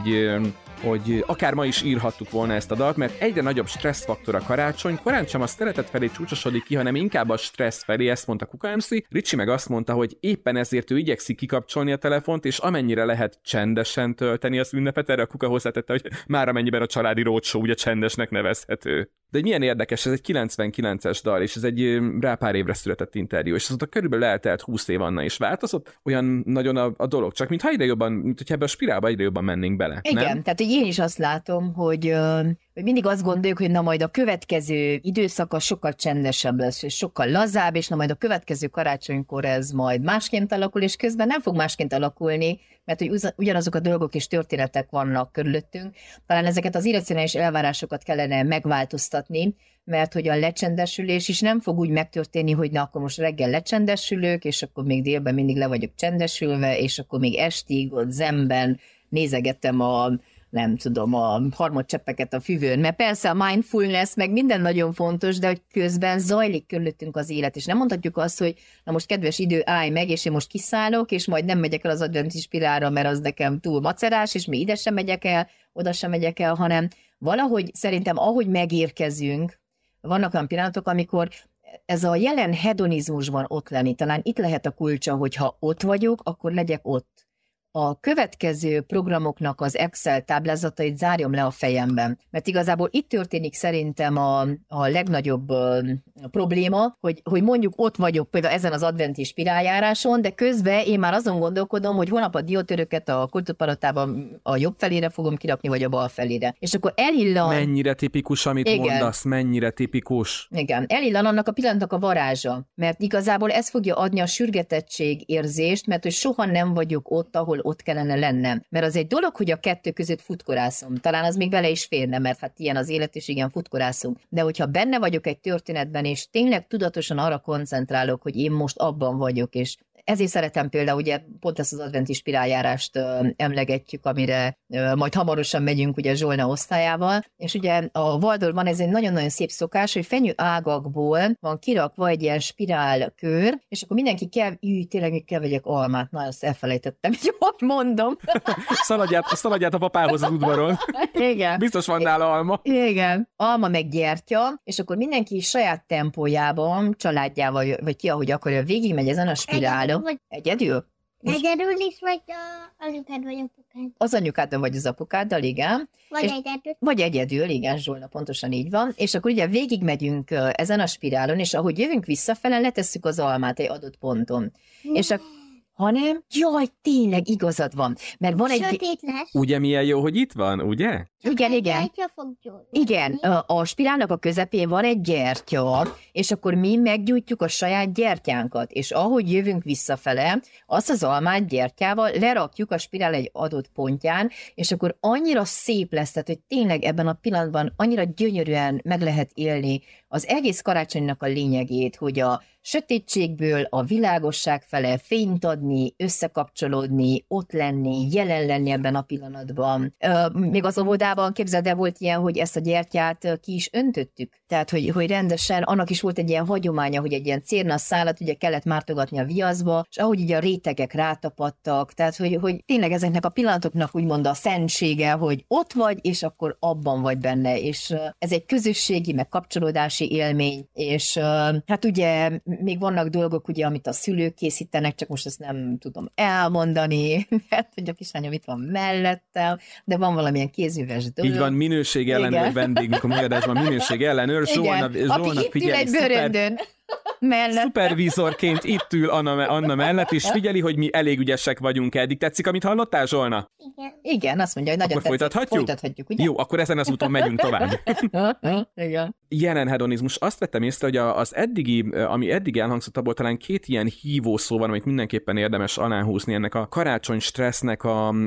hogy akár ma is írhattuk volna ezt a dalt, mert egyre nagyobb stresszfaktor a karácsony, korán sem a szeretet felé csúcsosodik ki, hanem inkább a stressz felé, ezt mondta Kuka MC. Ricsi meg azt mondta, hogy éppen ezért ő igyekszik kikapcsolni a telefont, és amennyire lehet csendesen tölteni az ünnepet, erre a Kuka hozzátette, hogy már amennyiben a családi roadshow ugye csendesnek nevezhető. De milyen érdekes, ez egy 99-es dal, és ez egy rá pár évre született interjú, és azóta körülbelül eltelt 20 év, Anna, és változott olyan nagyon a dolog, csak mintha egyre jobban, mint hogyha ebbe a spirálba egyre jobban mennénk bele. Igen, nem? tehát hogy én is azt látom, hogy mindig azt gondoljuk, hogy na majd a következő időszaka sokkal csendesebb lesz, és sokkal lazább, és na majd a következő karácsonykor ez majd másként alakul, és közben nem fog másként alakulni, mert hogy ugyanazok a dolgok és történetek vannak körülöttünk. Talán ezeket az irracionális elvárásokat kellene megváltoztatni, mert hogy a lecsendesülés is nem fog úgy megtörténni, hogy na akkor most reggel lecsendesülök, és akkor még délben mindig le vagyok csendesülve, és akkor még estig ott zenben nézegettem a harmadcseppeket a füvön, mert persze a mindfulness, meg minden nagyon fontos, de hogy közben zajlik körülöttünk az élet, és nem mondhatjuk azt, hogy na most kedves idő, állj meg, és én most kiszállok, és majd nem megyek el az adventi spirálra, mert az nekem túl macerás, és még ide sem megyek el, oda sem megyek el, hanem valahogy szerintem, ahogy megérkezünk, vannak olyan pillanatok, amikor ez a jelen hedonizmusban ott lenni, talán itt lehet a kulcsa, hogyha ott vagyok, akkor legyek ott. A következő programoknak az Excel táblázatait zárjam le a fejemben. Mert igazából itt történik szerintem a legnagyobb probléma, hogy mondjuk ott vagyok például ezen az adventi spiráljáráson, de közben én már azon gondolkodom, hogy holnap a diótöröket a kultúrpalotában a jobb felére fogom kirakni, vagy a bal felére. És akkor elillan... Mennyire tipikus, amit igen. mondasz, mennyire tipikus. Igen, elillan annak a pillanatnak a varázsa, mert igazából ez fogja adni a sürgetettség érzést, mert hogy soha nem vagyok ott, ahol ott kellene lennem. Mert az egy dolog, hogy a kettő között futkorászom. Talán az még bele is férne, mert hát ilyen az élet, és igen, futkorászunk. De hogyha benne vagyok egy történetben, és tényleg tudatosan arra koncentrálok, hogy én most abban vagyok, és ezért szeretem például, ugye pont ezt az adventi spiráljárást emlegetjük, amire majd hamarosan megyünk ugye Zsolna osztályával, és ugye a Waldorfban ez egy nagyon-nagyon szép szokás, hogy fenyő ágakból van kirakva egy ilyen spirálkör, és akkor mindenki tényleg kell vegyek almát, na azt elfelejtettem, hogy mondom. Szaladját a papához az udvaron. Igen. Biztos van nála alma. Igen. Alma meg gyertya, és akkor mindenki saját tempójában, családjával, vagy ki, ahogy akarja, végigmegy ezen a spirálon. Egyedül? Egyedül is, vagy anyukád vagy apukád? Az anyukáddal vagy az apukáddal, igen. Vagy és, egyedül? Vagy egyedül, igen, Zsolna, pontosan így van. És akkor ugye végigmegyünk ezen a spirálon, és ahogy jövünk visszafele, letesszük az almát egy adott ponton. És hanem, jaj, tényleg igazad van. Mert van egy... Sötét lesz. Ugye milyen jó, hogy itt van, ugye? Igen. Igen, a spirálnak a közepén van egy gyertya, és akkor mi meggyújtjuk a saját gyertyánkat, és ahogy jövünk visszafele, azt az almát gyertyával lerakjuk a spirál egy adott pontján, és akkor annyira szép lesz, tehát, hogy tényleg ebben a pillanatban annyira gyönyörűen meg lehet élni az egész karácsonynak a lényegét, hogy a sötétségből a világosság fele fényt adni, összekapcsolódni, ott lenni, jelen lenni ebben a pillanatban. Még az óvodában, képzeld el, volt ilyen, hogy ezt a gyertyát ki is öntöttük. Tehát, hogy rendesen, annak is volt egy ilyen hagyománya, hogy egy ilyen cérnaszálat ugye kellett mártogatni a viaszba, és ahogy így a rétegek rátapadtak, tehát, hogy tényleg ezeknek a pillanatoknak úgymond a szentsége, hogy ott vagy, és akkor abban vagy benne, és ez egy közösségi, meg kapcsolódási élmény, és hát ugye még vannak dolgok, ugye, amit a szülők készítenek, csak most ezt nem tudom elmondani, mert hogy a kislányom itt van mellettem, de van valamilyen kézműves dolog. Így van, minőség ellenőr vendégünk a megadásban, minőség ellenőr, Zsolna, aki itt ül egy bőröndön. Szupervízorként itt ül Anna mellett, és figyeli, hogy mi elég ügyesek vagyunk eddig. Tetszik, amit hallottál, Zsolna? Igen, azt mondja, hogy nagyon akkor tetszik. Folytathatjuk, ugye? Jó, akkor ezen az úton megyünk tovább. Igen. Jelen hedonizmus. Azt vettem észre, hogy az eddigi, ami eddig elhangzott, abból talán 2 ilyen hívó szó van, amit mindenképpen érdemes aláhúzni, ennek a karácsony stressznek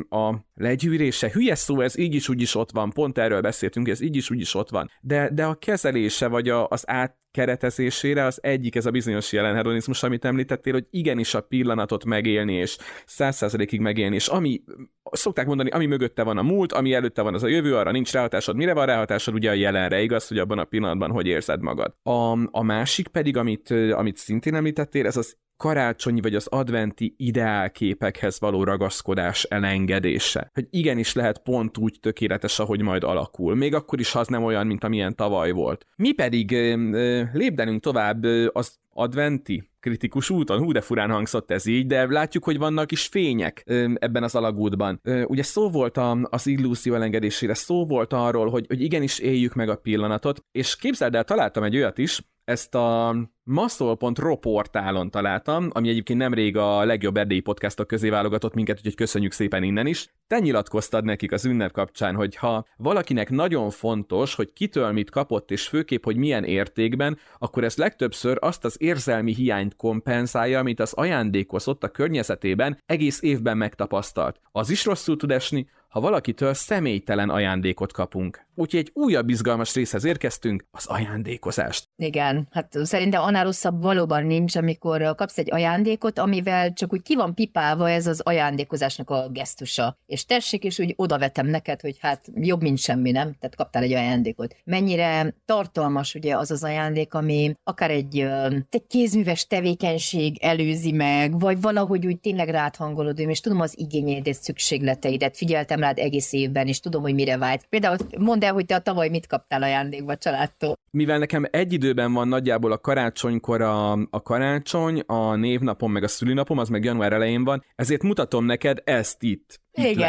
a legyűrése. Hülye szó, ez így is úgy is ott van, pont erről beszéltünk, ez így is úgy is ott van. De a kezelése, vagy az átkeretezésére az egyik, ez a bizonyos jelen hedonizmus, amit említettél, hogy igenis a pillanatot megélni, és 100%-ig megélni, és ami, szokták mondani, ami mögötte van a múlt, ami előtte van az a jövő, arra nincs ráhatásod. Mire van ráhatásod? Ugye a jelenre, igaz, hogy abban a pillanatban hogy érzed magad. A másik pedig, amit szintén említettél, ez az karácsonyi vagy az adventi ideálképekhez való ragaszkodás elengedése. Hogy igenis lehet pont úgy tökéletes, ahogy majd alakul. Még akkor is, ha az nem olyan, mint amilyen tavaly volt. Mi pedig lépdenünk tovább az adventi kritikus úton. Hú, de furán hangzott ez így, de látjuk, hogy vannak is fények ebben az alagútban. Ugye szó volt az illúzió elengedésére, szó volt arról, hogy igenis éljük meg a pillanatot, és képzeld el, találtam egy olyat is, ezt a maszol.ro portálon találtam, ami egyébként nemrég a legjobb erdélyi podcastok közé válogatott minket, úgyhogy köszönjük szépen innen is. Te nyilatkoztad nekik az ünnep kapcsán, hogy ha valakinek nagyon fontos, hogy kitől mit kapott, és főképp, hogy milyen értékben, akkor ez legtöbbször azt az érzelmi hiányt kompenzálja, amit az ajándékozott a környezetében egész évben megtapasztalt. Az is rosszul tud esni, ha valakitől személytelen ajándékot kapunk. Úgyhogy egy újabb izgalmas részhez érkeztünk, az ajándékozást. Igen, hát szerintem annál rosszabb valóban nincs, amikor kapsz egy ajándékot, amivel csak úgy ki van pipálva ez az ajándékozásnak a gesztusa. És tessék, és úgy odavetem neked, hogy hát jobb, mint semmi, nem? Tehát kaptál egy ajándékot. Mennyire tartalmas ugye az az ajándék, ami akár egy kézműves tevékenység előzi meg, vagy valahogy úgy tényleg rád hangolódom, és tudom az igényeidet, szükségleteidet, figyeltem rád egész évben, és tudom, hogy mire vágysz. Például mondd el, hogy te a tavaly mit kaptál ajándékba a családtól. Mivel nekem egy időben van nagyjából a karácsonykor a karácsony, a névnapom meg a szülinapom, az meg január elején van, ezért mutatom neked ezt itt.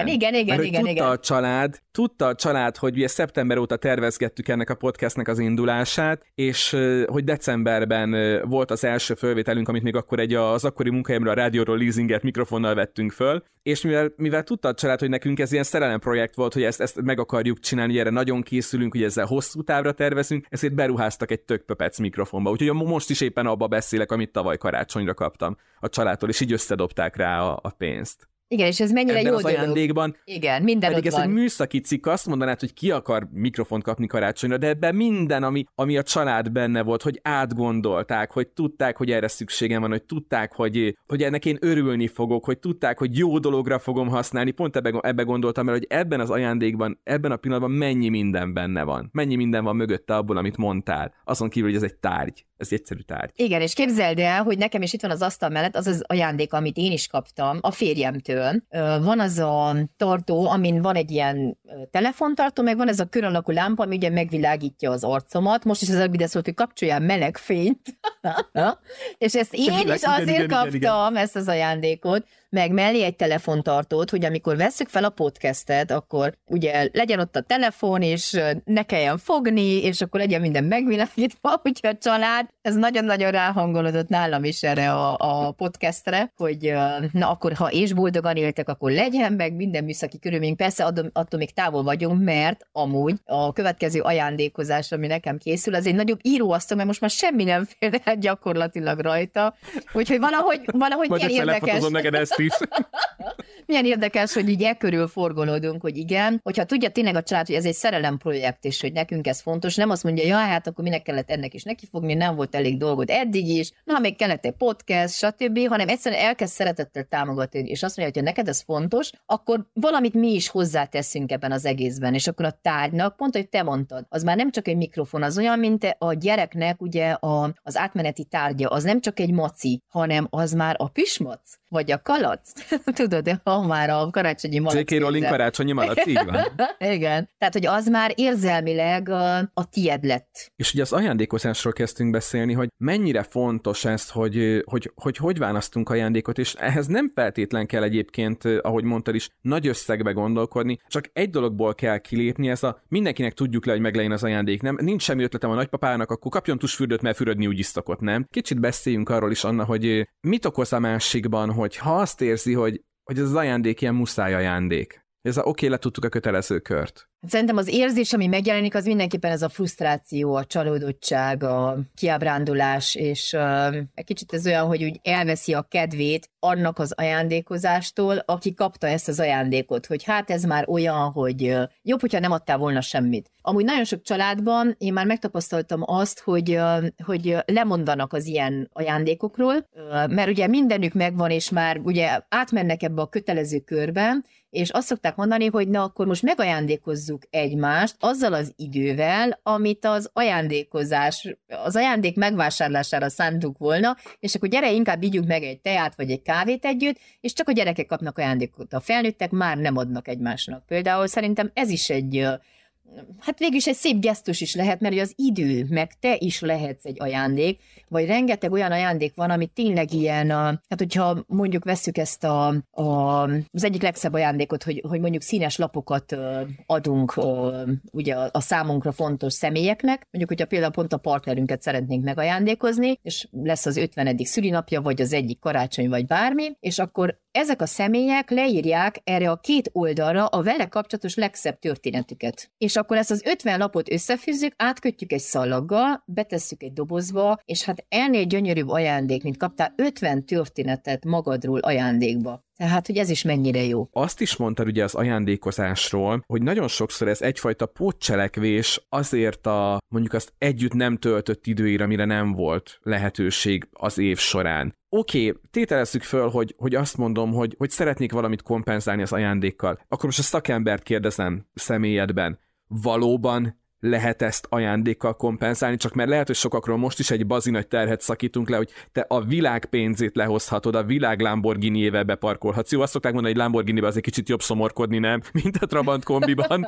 Igen. Tudta a család, hogy ugye szeptember óta tervezgettük ennek a podcastnek az indulását, és hogy decemberben volt az első fölvételünk, amit még akkor az akkori munkahelyemről a rádióról leasingelt mikrofonnal vettünk föl, és mivel tudta a család, hogy nekünk ez ilyen szerelemprojekt volt, hogy ezt meg akarjuk csinálni, erre nagyon készülünk, hogy ezzel hosszú távra tervezünk, ezért beruháztak egy tök pöpec mikrofonba. Úgyhogy most is éppen abba beszélek, amit tavaly karácsonyra kaptam a családtól, és így összedobták rá a pénzt. Igen, és ez mennyire jó az ajándékban. Igen, minden pedig ott ez van. egy műszaki cikk, azt mondanád, hogy ki akar mikrofont kapni karácsonyra, de ebben minden, ami a család benne volt, hogy átgondolták, hogy tudták, hogy erre szükségem van, hogy tudták, hogy ennek én örülni fogok, hogy tudták, hogy jó dologra fogom használni. Pont ebbe gondoltam el, hogy ebben az ajándékban, ebben a pillanatban mennyi minden benne van. Mennyi minden van mögötte abból, amit mondtál. Azon kívül, hogy ez egy tárgy. Ez egy egyszerű tárgy. Igen, és képzeld el, hogy nekem is itt van az asztal mellett az az ajándék, amit én is kaptam a férjemtől. Van az a tartó, amin van egy ilyen telefontartó, meg van ez a kör alakú lámpa, ami ugye megvilágítja az arcomat. Most is az ide szólt, hogy kapcsoljál meleg fényt. És ezt én is azért kaptam, ezt az ajándékot, meg mellé egy telefontartót, hogy amikor vesszük fel a podcastet, akkor ugye legyen ott a telefon, és ne kelljen fogni, és akkor legyen minden megvilágítva, úgyhogy a család, ez nagyon-nagyon ráhangolódott nálam is erre a podcastre, hogy na akkor, ha és boldogan éltek, akkor legyen meg minden műszaki körülményünk. Persze attól még távol vagyunk, mert amúgy a következő ajándékozás, ami nekem készül, az egy nagyobb íróasztal, mert most már semmi nem fér el gyakorlatilag rajta. Úgyhogy valahogy milyen érdekes. Neked ezt is. milyen érdekes, hogy így körül forgolódunk, hogy igen, hogyha tudja tényleg a család, hogy ez egy szerelemprojekt, és hogy nekünk ez fontos, nem azt mondja, jaj, hát akkor minek kellett ennek is nekifogni, nem volt elég dolgod eddig is, na, még kellett egy podcast, stb., hanem egyszerűen elkezd szeretettel támogatni, és azt mondja, hogy ha neked ez fontos, akkor valamit mi is hozzáteszünk ebben az egészben, és akkor a tárgynak, pont, hogy te mondtad, az már nem csak egy mikrofon, az olyan, mint a gyereknek ugye az átmeneti tárgya, az nem csak egy maci, hanem az már a pismac, vagy a kalac. Tudod, ha már a karácsonyi malac. J.K. Rowling karácsonyi malac, így van. Igen. Tehát, hogy az már érzelmileg a tied lett. És ugye az ajándékozásról kezdtünk beszélni, hogy mennyire fontos ez, hogy választunk ajándékot, és ehhez nem feltétlen kell egyébként, ahogy mondtad is, nagy összegbe gondolkodni, csak egy dologból kell kilépni, ez a mindenkinek tudjuk le, hogy meglegyen az ajándék, nem? Nincs semmi ötletem a nagypapának, akkor kapjon tusfürdőt, mert fürödni úgyis szokott, nem? Kicsit beszéljünk arról is, Anna, hogy mit okoz a másikban, hogy ha azt érzi, hogy ez az ajándék ilyen muszáj ajándék. Ez oké, letudtuk a kötelező kört. Szerintem az érzés, ami megjelenik, az mindenképpen ez a frusztráció, a csalódottság, a kiábrándulás, és egy kicsit ez olyan, hogy úgy elveszi a kedvét annak az ajándékozástól, aki kapta ezt az ajándékot, hogy hát ez már olyan, hogy jobb, hogyha nem adtál volna semmit. Amúgy nagyon sok családban én már megtapasztaltam azt, hogy lemondanak az ilyen ajándékokról, mert ugye mindenük megvan, és már ugye átmennek ebbe a kötelező körbe, és azt szokták mondani, hogy na akkor most megajándékozzuk egymást azzal az idővel, amit az ajándék megvásárlására szántuk volna, és akkor gyere, inkább ígyunk meg egy teát vagy egy kávét együtt, és csak a gyerekek kapnak ajándékot. A felnőttek már nem adnak egymásnak. Például szerintem ez is hát végülis egy szép gesztus is lehet, mert az idő, meg te is lehetsz egy ajándék, vagy rengeteg olyan ajándék van, ami tényleg ilyen, hát hogyha mondjuk vesszük ezt az egyik legszebb ajándékot, hogy mondjuk színes lapokat adunk ugye a számunkra fontos személyeknek, mondjuk, hogyha például pont a partnerünket szeretnénk megajándékozni, és lesz az 50. szülinapja, vagy az egyik karácsony, vagy bármi, és akkor ezek a személyek leírják erre a két oldalra a vele kapcsolatos legszebb történetüket. És akkor ezt az 50 lapot összefűzzük, átkötjük egy szalaggal, betesszük egy dobozba, és hát ennél gyönyörűbb ajándék, mint kaptál 50 történetet magadról ajándékba. Tehát, hogy ez is mennyire jó. Azt is mondtad ugye az ajándékozásról, hogy nagyon sokszor ez egyfajta pótcselekvés azért mondjuk azt együtt nem töltött időre, amire nem volt lehetőség az év során. Oké, tételezzük föl, hogy azt mondom, hogy szeretnék valamit kompenzálni az ajándékkal. Akkor most a szakembert kérdezem személyedben. Valóban lehet ezt ajándékkal kompenzálni, csak mert lehet, hogy sokakról most is egy bazinagy terhet szakítunk le, hogy te a világ pénzét lehozhatod, a világ Lamborghini-ével beparkolhatsz. Jó, azt szokták mondani, hogy Lamborghini-ben az egy kicsit jobb szomorkodni, nem? Mint a Trabant kombiban.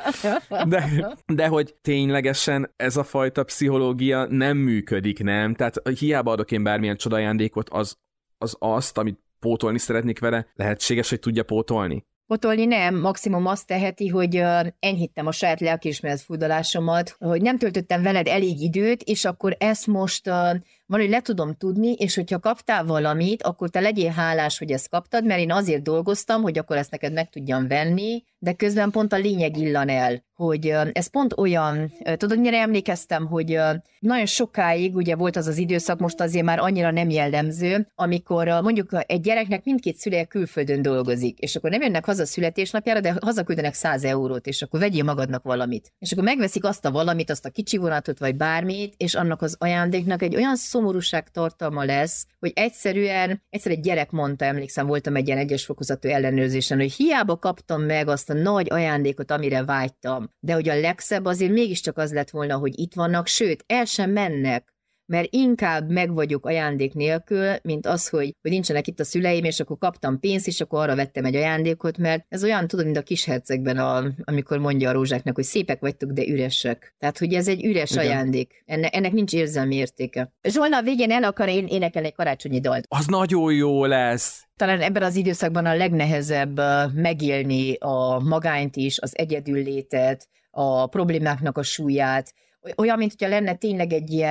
De hogy ténylegesen ez a fajta pszichológia nem működik, nem? Tehát hiába adok én bármilyen csoda ajándékot, azt, amit pótolni szeretnék vele, lehetséges, hogy tudja pótolni? Pótolni nem, maximum azt teheti, hogy enyhítem a saját lelkiismeret furdalásomat, hogy nem töltöttem veled elég időt, és akkor ezt most valahogy le tudom tudni, és hogyha kaptál valamit, akkor te legyél hálás, hogy ezt kaptad, mert én azért dolgoztam, hogy akkor ezt neked meg tudjam venni, de közben pont a lényeg illan el, hogy ez pont olyan, tudod, mire emlékeztem, hogy nagyon sokáig ugye volt az időszak, most azért már annyira nem jellemző, amikor mondjuk egy gyereknek mindkét szüleje külföldön dolgozik, és akkor nem jönnek haza születésnapjára, de hazaküldenek 100 eurót, és akkor vegyél magadnak valamit. És akkor megveszik azt a valamit, azt a kicsi vonatot, vagy bármit, és annak az ajándéknak egy olyan szomorúság tartalma lesz, hogy egyszer egy gyerek mondta, emlékszem, voltam egy ilyen egyes fokozatú ellenőrzésen, hogy hiába kaptam meg azt a nagy ajándékot, amire vágytam, de hogy a legszebb azért mégiscsak az lett volna, hogy itt vannak, sőt, el sem mennek, mert inkább meg vagyok ajándék nélkül, mint az, hogy nincsenek itt a szüleim, és akkor kaptam pénzt, és akkor arra vettem egy ajándékot, mert ez olyan, tudod, mint a Kishercegben, amikor mondja a rózsáknak, hogy szépek vagytok, de üresek. Tehát, hogy ez egy üres ajándék. Ennek nincs érzelmi értéke. Zsolna a végén el akar énekelni egy karácsonyi dalt. Az nagyon jó lesz! Talán ebben az időszakban a legnehezebb megélni a magányt is, az egyedüllétet, a problémáknak a súlyát. Olyan, mint hogyha lenne tényleg egy ilyen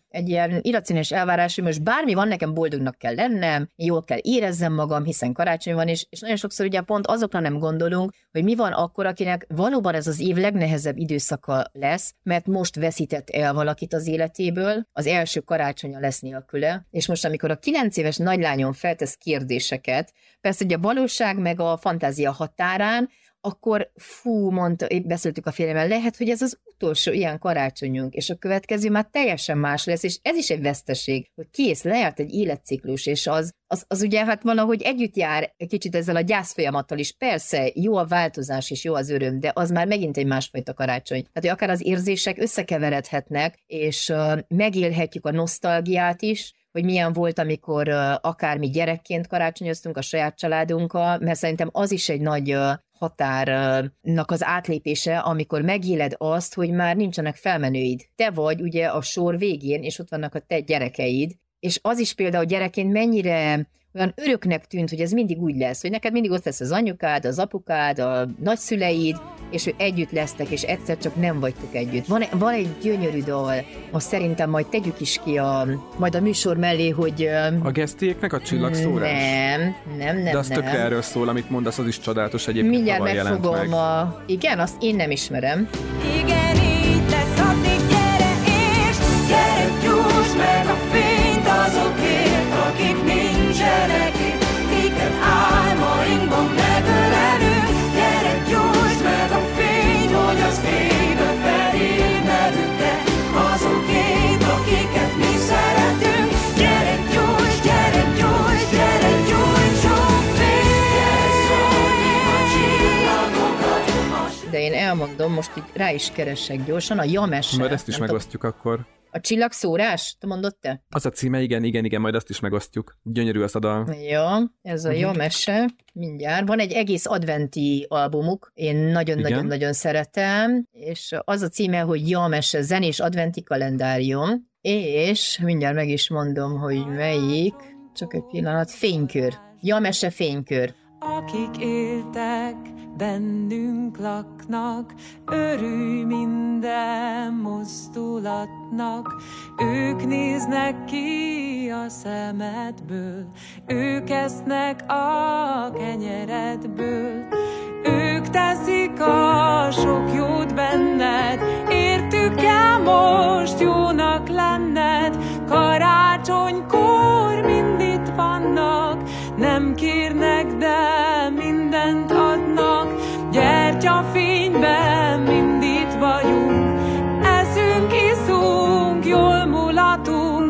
egy ilyen irracionális elvárás, hogy most bármi van, nekem boldognak kell lennem, jól kell érezzem magam, hiszen karácsony van, és nagyon sokszor ugye pont azokra nem gondolunk, hogy mi van akkor, akinek valóban ez az év legnehezebb időszaka lesz, mert most veszített el valakit az életéből, az első karácsonya lesz nélküle, és most amikor a 9 éves nagylányom feltesz kérdéseket, persze ugye a valóság meg a fantázia határán, akkor mondta, épp beszéltük a férjemmel, lehet, hogy ez az utolsó ilyen karácsonyunk, és a következő már teljesen más lesz, és ez is egy veszteség, hogy kész, lejárt egy életciklus, és az ugye hát valahogy együtt jár egy kicsit ezzel a gyászfolyamattal is. Persze, jó a változás és jó az öröm, de az már megint egy másfajta karácsony. Tehát, hogy akár az érzések összekeveredhetnek, és megélhetjük a nosztalgiát is, hogy milyen volt, amikor akár mi gyerekként karácsonyoztunk a saját családunkkal, mert szerintem az is egy nagy határnak az átlépése, amikor megéled azt, hogy már nincsenek felmenőid. Te vagy ugye a sor végén, és ott vannak a te gyerekeid, és az is például gyerekként mennyire olyan öröknek tűnt, hogy ez mindig úgy lesz, hogy neked mindig ott lesz az anyukád, az apukád, a nagyszüleid, és hogy együtt lesztek, és egyszer csak nem vagytok együtt. Van egy gyönyörű dal, azt szerintem majd tegyük is ki majd a műsor mellé, hogy... A Gesztiéknek a csillagszórás? Nem. De az tökre erről szól, amit mondasz, az is csodálatos egyébként. Mindjárt megfogom Igen, azt én nem ismerem. Igen, így lesz, addig gyere és gyere, gyújtsd meg a fényt azokért, akik nincsenek itt. Kiket álmainkban megölelünk, gyere, gyújtsd meg a fényt, hogy az éjbe felhív nevüket. Azokért, akiket mi szeretünk, gyere, gyújtsd, gyere, gyújtsd, gyere, gyújtsunk fényt. Gyere, szólni a csillagokat. De én elmondom, most így rá is keresek gyorsan, a Jamese. Majd ezt is megosztjuk akkor. A csillagszórás? Te mondod te? Az a címe, igen, majd azt is megosztjuk. Gyönyörű az a dal. Ja, ez a Jamese, mindjárt. Van egy egész adventi albumuk, én nagyon-nagyon szeretem, és az a címe, hogy Jamese zenés adventi kalendárium, és mindjárt meg is mondom, hogy melyik, csak egy pillanat, Fénykör. Jamese Fénykör. Akik éltek, bennünk laknak, örülj minden mozdulatnak. Ők néznek ki a szemedből, ők esznek a kenyeredből. Ők teszik a sok jót benned, értük kell most jónak lenned. Karácsonykor mind itt vannak, nem kérnek, de mindent adnak. Gyertyafényben mind itt vagyunk, eszünk, iszunk, jól mulatunk,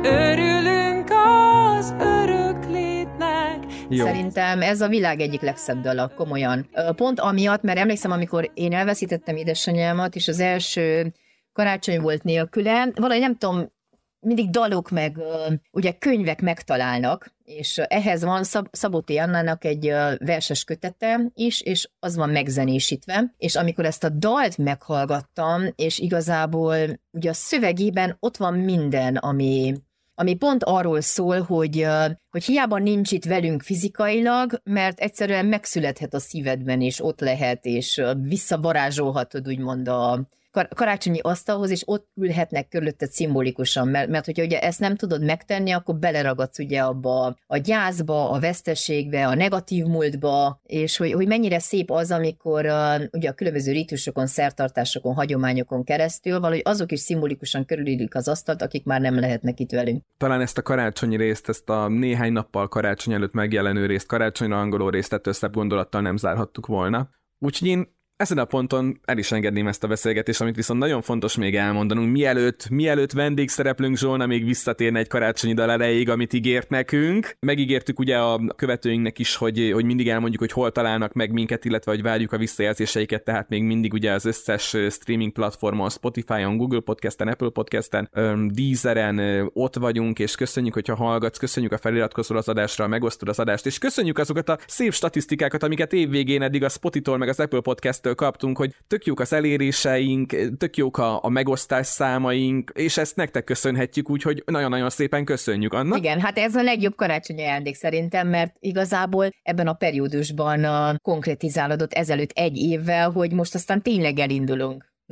örülünk az örök létnek. Jó. Szerintem ez a világ egyik legszebb dala, komolyan. Pont amiatt, mert emlékszem, amikor én elveszítettem édesanyámat, és az első karácsony volt nélküle, valahogy nem tudom, mindig dalok meg ugye könyvek megtalálnak, és ehhez van Szabó T. Annának egy verses kötete is, és az van megzenésítve, és amikor ezt a dalt meghallgattam, és igazából ugye a szövegében ott van minden, ami pont arról szól, hogy hiába nincs itt velünk fizikailag, mert egyszerűen megszülethet a szívedben, és ott lehet, és visszavarázsolhatod úgymond a karácsonyi asztalhoz, és ott ülhetnek körülötted szimbolikusan, mert hogyha ugye ezt nem tudod megtenni, akkor beleragadsz ugye abba a gyászba, a veszteségbe, a negatív múltba, és hogy mennyire szép az, amikor ugye a különböző rítusokon, szertartásokon, hagyományokon keresztül, valahogy azok is szimbolikusan körülülik az asztalt, akik már nem lehetnek itt velünk. Talán ezt a karácsonyi részt, ezt a néhány nappal karácsony előtt megjelenő részt, karácsonyra hangoló részt ettől szebb gondolattal nem zárhattuk volna. Úgyhogy én ezen a ponton el is engedném ezt a beszélgetést, amit viszont nagyon fontos még elmondanunk, mielőtt vendégszereplőnk Zsolna még visszatérne egy karácsonyi dal erejéig, amit ígért nekünk. Megígértük ugye a követőinknek is, hogy mindig elmondjuk, hogy hol találnak meg minket, illetve hogy várjuk a visszajelzéseiket, tehát még mindig ugye az összes streaming platformon, Spotify-on, Google Podcasten, Apple Podcasten, Deezeren ott vagyunk, és köszönjük, hogyha hallgatsz, köszönjük a feliratkozol az adásra, megosztod az adást, és köszönjük azokat a szép statisztikákat, amiket évvégén eddig a Spotify-tól meg az Apple Podcast kaptunk, hogy tök jók az eléréseink, tök jók a megosztás számaink, és ezt nektek köszönhetjük, úgyhogy nagyon-nagyon szépen köszönjük, Anna. Igen, hát ez a legjobb karácsonyi ajándék szerintem, mert igazából ebben a periódusban konkrétizálódott ezelőtt egy évvel, hogy most aztán tényleg elindulunk, nem?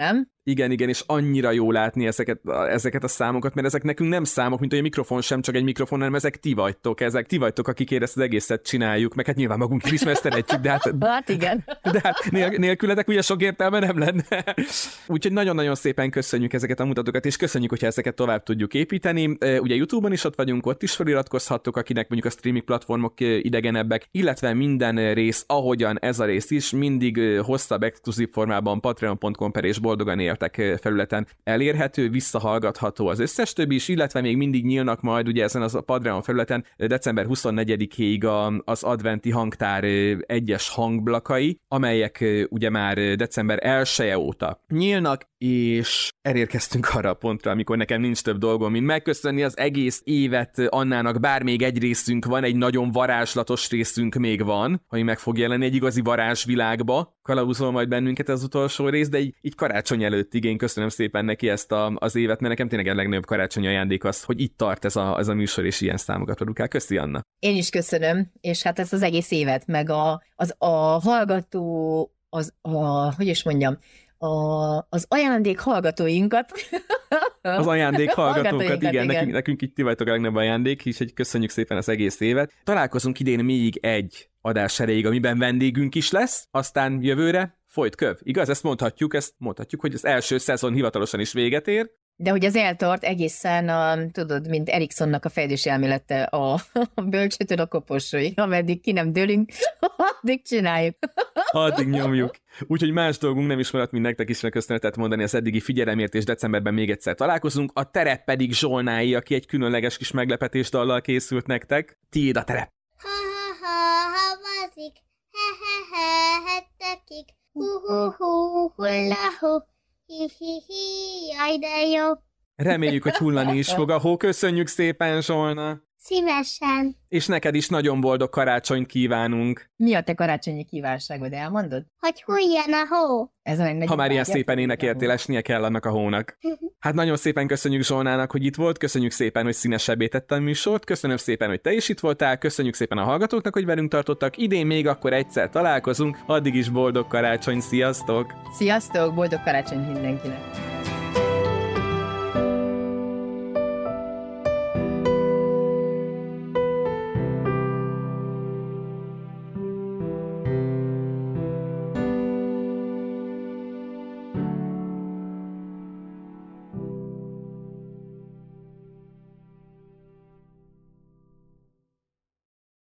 Igen, és annyira jó látni ezeket a számokat, mert ezek nekünk nem számok, mint hogy a mikrofon sem csak egy mikrofon, hanem ezek ti vagytok, akikért ezt az egészet csináljuk, meg hát nyilván magunk is meszteletjük, de hát igen. De hát nélkületek ugye sok értelme nem lenne. Úgyhogy nagyon-nagyon szépen köszönjük ezeket a mutatókat, és köszönjük, hogyha ezeket tovább tudjuk építeni. Ugye YouTube-on is ott vagyunk, ott is feliratkozhattok, akinek mondjuk a streaming platformok idegenebbek, illetve minden rész, ahogyan ez a rész is, mindig hosszabb exkluzív formában patreon.com/, és boldogan éltek felületen elérhető, visszahallgatható az összes többi is, illetve még mindig nyílnak majd ugye ezen a Patreon felületen december 24-ig az adventi hangtár egyes hangblakai, amelyek ugye már december 1-e óta nyílnak, és elérkeztünk arra a pontra, amikor nekem nincs több dolgom, mint megköszönni az egész évet Annának, bár még egy részünk van, egy nagyon varázslatos részünk még van, ami meg fog jelenni egy igazi varázsvilágba, kalauzol majd bennünket az utolsó rész, de így karácsony előttig én köszönöm szépen neki ezt az évet, mert nekem tényleg a legnagyobb karácsonyi ajándék az, hogy itt tart ez a műsor, és ilyen számokat produkál. Köszi, Anna! Én is köszönöm, és hát ezt az egész évet, meg a hallgató, hogy is mondjam, az ajándék hallgatóinkat. Az ajándék hallgatókat, igen. Nekünk itt ti vagytok a legnagyobb ajándék, és egy köszönjük szépen az egész évet. Találkozunk idén még egy adás erejéig, amiben vendégünk is lesz, aztán jövőre folyt köv. Igaz? Ezt mondhatjuk, hogy az első szezon hivatalosan is véget ér. De hogy az eltart egészen, tudod, mint Eriksonnak a fejlődési elmélete a bölcsőtől a koporsóig, ameddig ki nem dőlünk, addig csináljuk. Addig nyomjuk. Úgyhogy más dolgunk nem is maradt, mint nektek is köszönetet mondani az eddigi figyelemért, és decemberben még egyszer találkozunk. A terep pedig Zsolnái, aki egy különleges kis meglepetés dallal készült nektek. Tiéd a terep. Havazik, hettekig, hulla-hu, hi-hi-hi, jaj de jó. Reméljük, hogy hullani is fog a hó. Köszönjük szépen, Zsolna! Szívesen. És neked is nagyon boldog karácsonyt kívánunk. Mi a te karácsonyi kívánságod, elmondod? Hogy hulljan a hó. Ez ha már ilyen szépen énekeltél, esnie kell annak a hónak. Hát nagyon szépen köszönjük Zsolnának, hogy itt volt, köszönjük szépen, hogy színesebbé tette a műsort, köszönöm szépen, hogy te is itt voltál, köszönjük szépen a hallgatóknak, hogy velünk tartottak, idén még akkor egyszer találkozunk, addig is boldog karácsony, sziasztok! Sziasztok, boldog karácsony mindenkinek!